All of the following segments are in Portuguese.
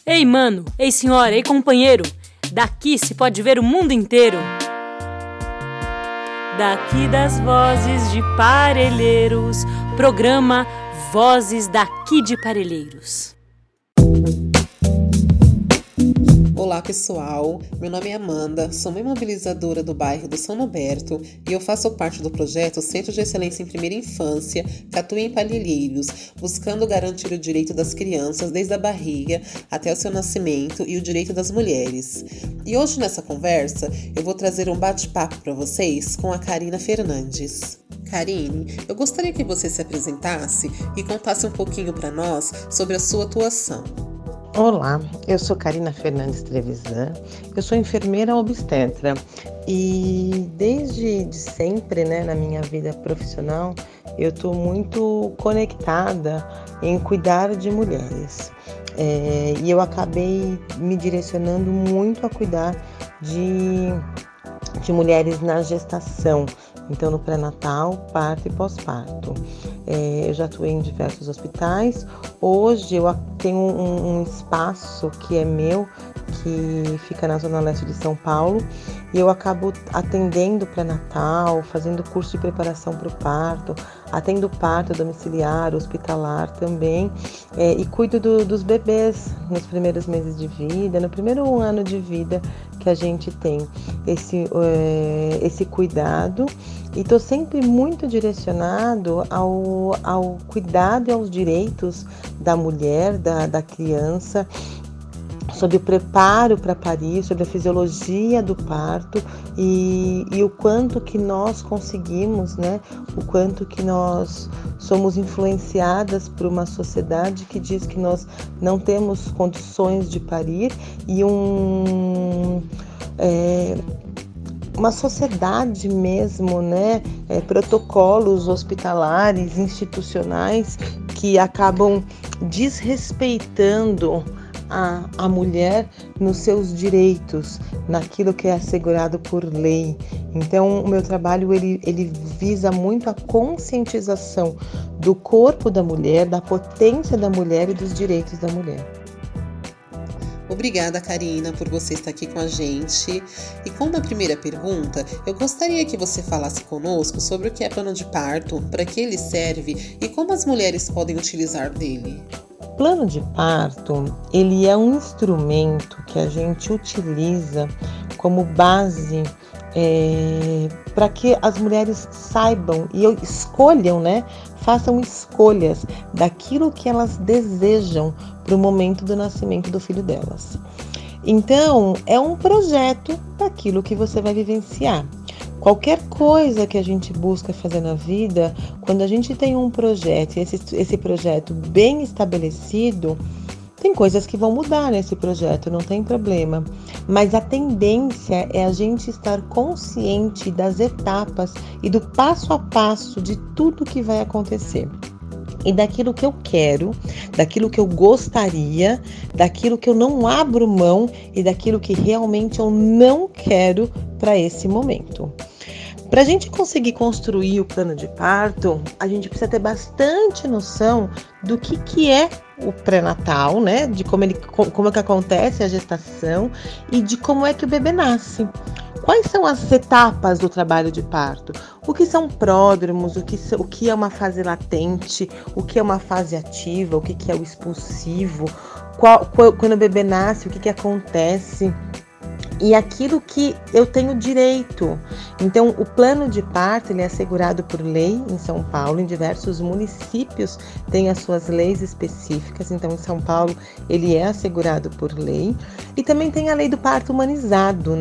Ei, mano, ei, senhora, ei, companheiro, daqui se pode ver o mundo inteiro. Daqui das vozes de Parelheiros, programa Vozes daqui de Parelheiros. Olá pessoal, meu nome é Amanda, sou mãe mobilizadora do bairro do São Roberto e eu faço parte do projeto Centro de Excelência em Primeira Infância, que atua em Parelheiros, buscando garantir o direito das crianças desde a barriga até o seu nascimento e o direito das mulheres. E hoje nessa conversa eu vou trazer um bate-papo para vocês com a Karina Fernandes. Karine, eu gostaria que você se apresentasse e contasse um pouquinho para nós sobre a sua atuação. Olá, eu sou Karina Fernandes Trevisan, eu sou enfermeira obstetra e desde sempre, na minha vida profissional, eu estou muito conectada em cuidar de mulheres. E eu acabei me direcionando muito a cuidar de mulheres na gestação, então no pré-natal, parto e pós-parto. Eu já atuei em diversos hospitais. Hoje eu tenho um espaço que é meu, que fica na zona leste de São Paulo, e eu acabo atendendo pré-natal, fazendo curso de preparação para o parto, atendo parto domiciliar, hospitalar também, e cuido dos bebês nos primeiros meses de vida, no primeiro ano de vida que a gente tem esse cuidado. E estou sempre muito direcionado ao cuidado e aos direitos da mulher, da criança, sobre o preparo para parir, sobre a fisiologia do parto e o quanto que nós conseguimos, o quanto que nós somos influenciadas por uma sociedade que diz que nós não temos condições de parir e uma sociedade mesmo, protocolos hospitalares, institucionais que acabam desrespeitando a mulher nos seus direitos, naquilo que é assegurado por lei. Então, o meu trabalho ele visa muito a conscientização do corpo da mulher, da potência da mulher e dos direitos da mulher. Obrigada, Karina, por você estar aqui com a gente. E com uma primeira pergunta, eu gostaria que você falasse conosco sobre o que é plano de parto, para que ele serve e como as mulheres podem utilizar dele. Plano de parto, ele é um instrumento que a gente utiliza como base para que as mulheres saibam e escolham, façam escolhas daquilo que elas desejam para o momento do nascimento do filho delas. Então, é um projeto daquilo que você vai vivenciar. Qualquer coisa que a gente busca fazer na vida, quando a gente tem um projeto, e esse projeto bem estabelecido, tem coisas que vão mudar nesse projeto, não tem problema. Mas a tendência é a gente estar consciente das etapas e do passo a passo de tudo que vai acontecer. E daquilo que eu quero, daquilo que eu gostaria, daquilo que eu não abro mão e daquilo que realmente eu não quero para esse momento. Para a gente conseguir construir o plano de parto, a gente precisa ter bastante noção do que é o pré-natal, de como é que acontece a gestação e de como é que o bebê nasce. Quais são as etapas do trabalho de parto? O que são pródromos, o que é uma fase latente, o que é uma fase ativa, o que é o expulsivo, quando o bebê nasce, o que acontece e aquilo que eu tenho direito. Então, o plano de parto ele é assegurado por lei em São Paulo, em diversos municípios tem as suas leis específicas, então em São Paulo ele é assegurado por lei e também tem a lei do parto humanizado,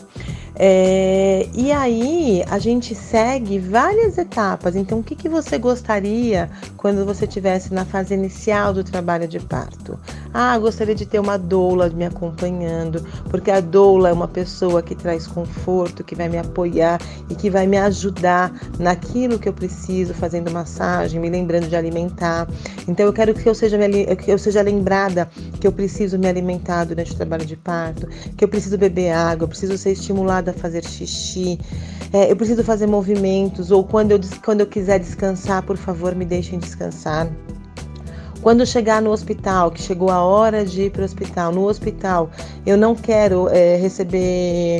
E aí a gente segue várias etapas. Então, o que você gostaria quando você estivesse na fase inicial do trabalho de parto? Gostaria de ter uma doula me acompanhando, porque a doula é uma pessoa que traz conforto, que vai me apoiar e que vai me ajudar naquilo que eu preciso, fazendo massagem, me lembrando de alimentar. Então, eu quero que eu seja lembrada que eu preciso me alimentar durante o trabalho de parto, que eu preciso beber água, eu preciso ser estimulada a fazer xixi, eu preciso fazer movimentos, ou quando eu quiser descansar, por favor, me deixem descansar. Quando chegar no hospital, que chegou a hora de ir para o hospital, no hospital, eu não quero receber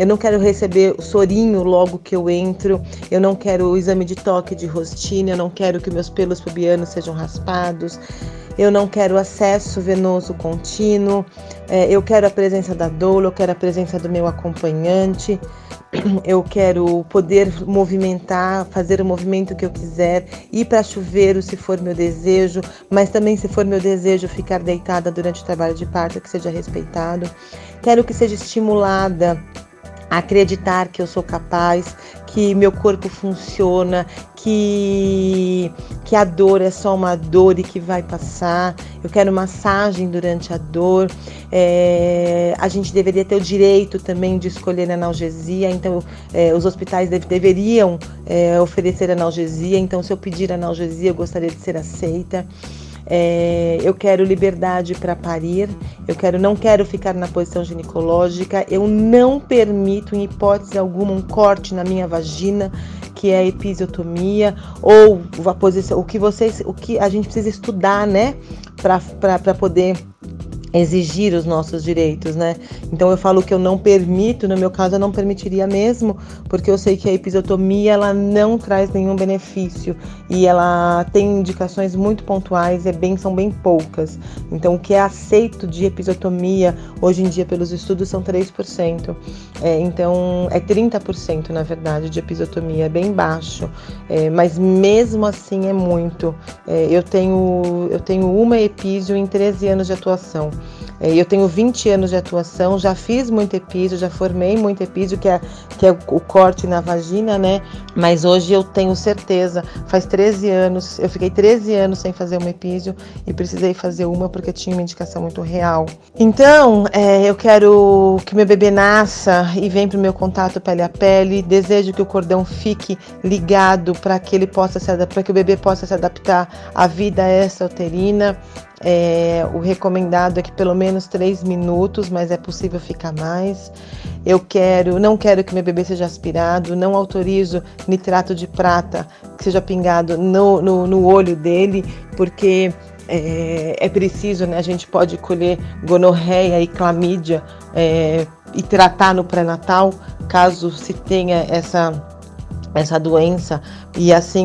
sorinho logo que eu entro, eu não quero o exame de toque de rotina, eu não quero que meus pelos pubianos sejam raspados, eu não quero acesso venoso contínuo, eu quero a presença da doula, eu quero a presença do meu acompanhante, eu quero poder movimentar, fazer o movimento que eu quiser, ir para chuveiro se for meu desejo, mas também se for meu desejo ficar deitada durante o trabalho de parto, que seja respeitado. Quero que seja estimulada a acreditar que eu sou capaz, que meu corpo funciona, que a dor é só uma dor e que vai passar. Eu quero massagem durante a dor. A gente deveria ter o direito também de escolher analgesia, então os hospitais deveriam oferecer analgesia, então se eu pedir analgesia eu gostaria de ser aceita. Eu quero liberdade para parir, não quero ficar na posição ginecológica, eu não permito em hipótese alguma um corte na minha vagina, que é a episiotomia, ou a posição, o que a gente precisa estudar, né, para poder exigir os nossos direitos, né? Então eu falo que eu não permito, no meu caso eu não permitiria mesmo, porque eu sei que a episiotomia ela não traz nenhum benefício e ela tem indicações muito pontuais e são bem poucas. Então o que é aceito de episiotomia hoje em dia pelos estudos são 3%. Então é 30% na verdade de episiotomia, é bem baixo, mas mesmo assim é muito. Eu tenho uma epísio em 13 anos de atuação. Eu tenho 20 anos de atuação, já fiz muito epísio, já formei muito epísio, que é o corte na vagina, né? Mas hoje eu tenho certeza, faz 13 anos, eu fiquei 13 anos sem fazer uma epísio e precisei fazer uma porque tinha uma indicação muito real. Então, eu quero que meu bebê nasça e venha para o meu contato pele a pele, desejo que o cordão fique ligado para que o bebê possa se adaptar à vida extra-uterina. O recomendado é que pelo menos 3 minutos, mas é possível ficar mais. Não quero que meu bebê seja aspirado, não autorizo nitrato de prata que seja pingado no olho dele, porque é preciso, né? A gente pode colher gonorreia e clamídia e tratar no pré-natal, caso se tenha essa doença, e assim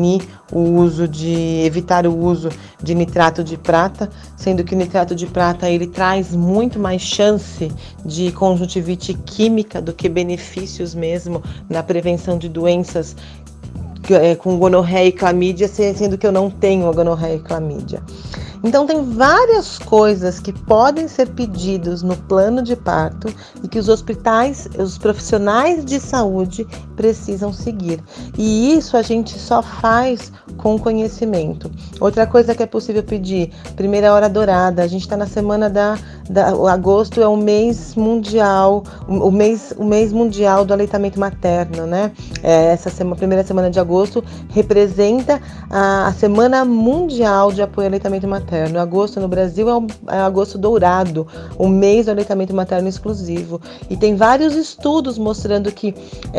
evitar o uso de nitrato de prata, sendo que o nitrato de prata ele traz muito mais chance de conjuntivite química do que benefícios mesmo na prevenção de doenças com gonorreia e clamídia, sendo que eu não tenho a gonorreia e clamídia. Então tem várias coisas que podem ser pedidos no plano de parto e que os hospitais, os profissionais de saúde precisam seguir. E isso a gente só faz com conhecimento. Outra coisa que é possível pedir, primeira hora dourada. A gente está na semana agosto é o mês mundial, o mês mundial do aleitamento materno, né? Primeira semana de agosto representa a semana mundial de apoio ao aleitamento materno. Agosto no Brasil é agosto dourado, o mês do aleitamento materno exclusivo. E tem vários estudos mostrando que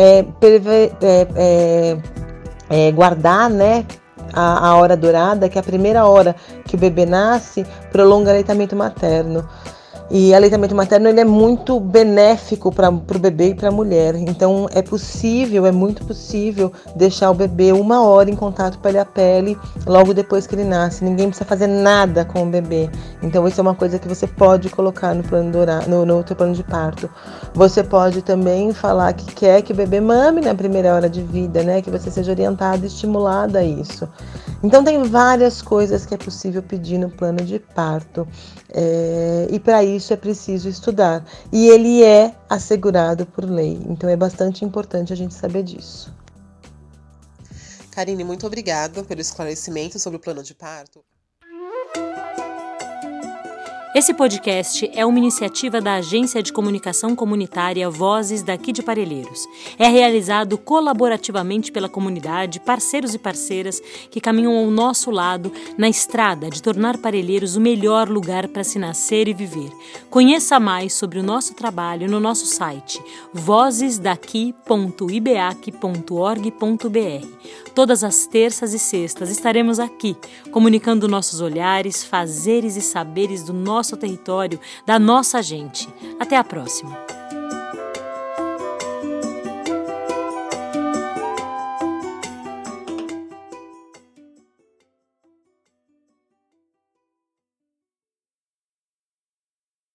guardar, né, a hora dourada, que é a primeira hora que o bebê nasce, prolonga o aleitamento materno. E o aleitamento materno ele é muito benéfico para o bebê e para a mulher. Então é muito possível deixar o bebê 1 hora em contato pele a pele logo depois que ele nasce. Ninguém precisa fazer nada com o bebê. Então isso é uma coisa que você pode colocar no plano no teu plano de parto. Você pode também falar que quer que o bebê mame na primeira hora de vida, né? Que você seja orientada e estimulada a isso. Então tem várias coisas que é possível pedir no plano de parto. E para isso é preciso estudar. E ele é assegurado por lei. Então é bastante importante a gente saber disso. Karine, muito obrigada pelo esclarecimento sobre o plano de parto. Esse podcast é uma iniciativa da Agência de Comunicação Comunitária Vozes daqui de Parelheiros. É realizado colaborativamente pela comunidade, parceiros e parceiras que caminham ao nosso lado na estrada de tornar Parelheiros o melhor lugar para se nascer e viver. Conheça mais sobre o nosso trabalho no nosso site vozesdaqui.ibeac.org.br. Todas as terças e sextas estaremos aqui, comunicando nossos olhares, fazeres e saberes do nosso território, da nossa gente. Até a próxima!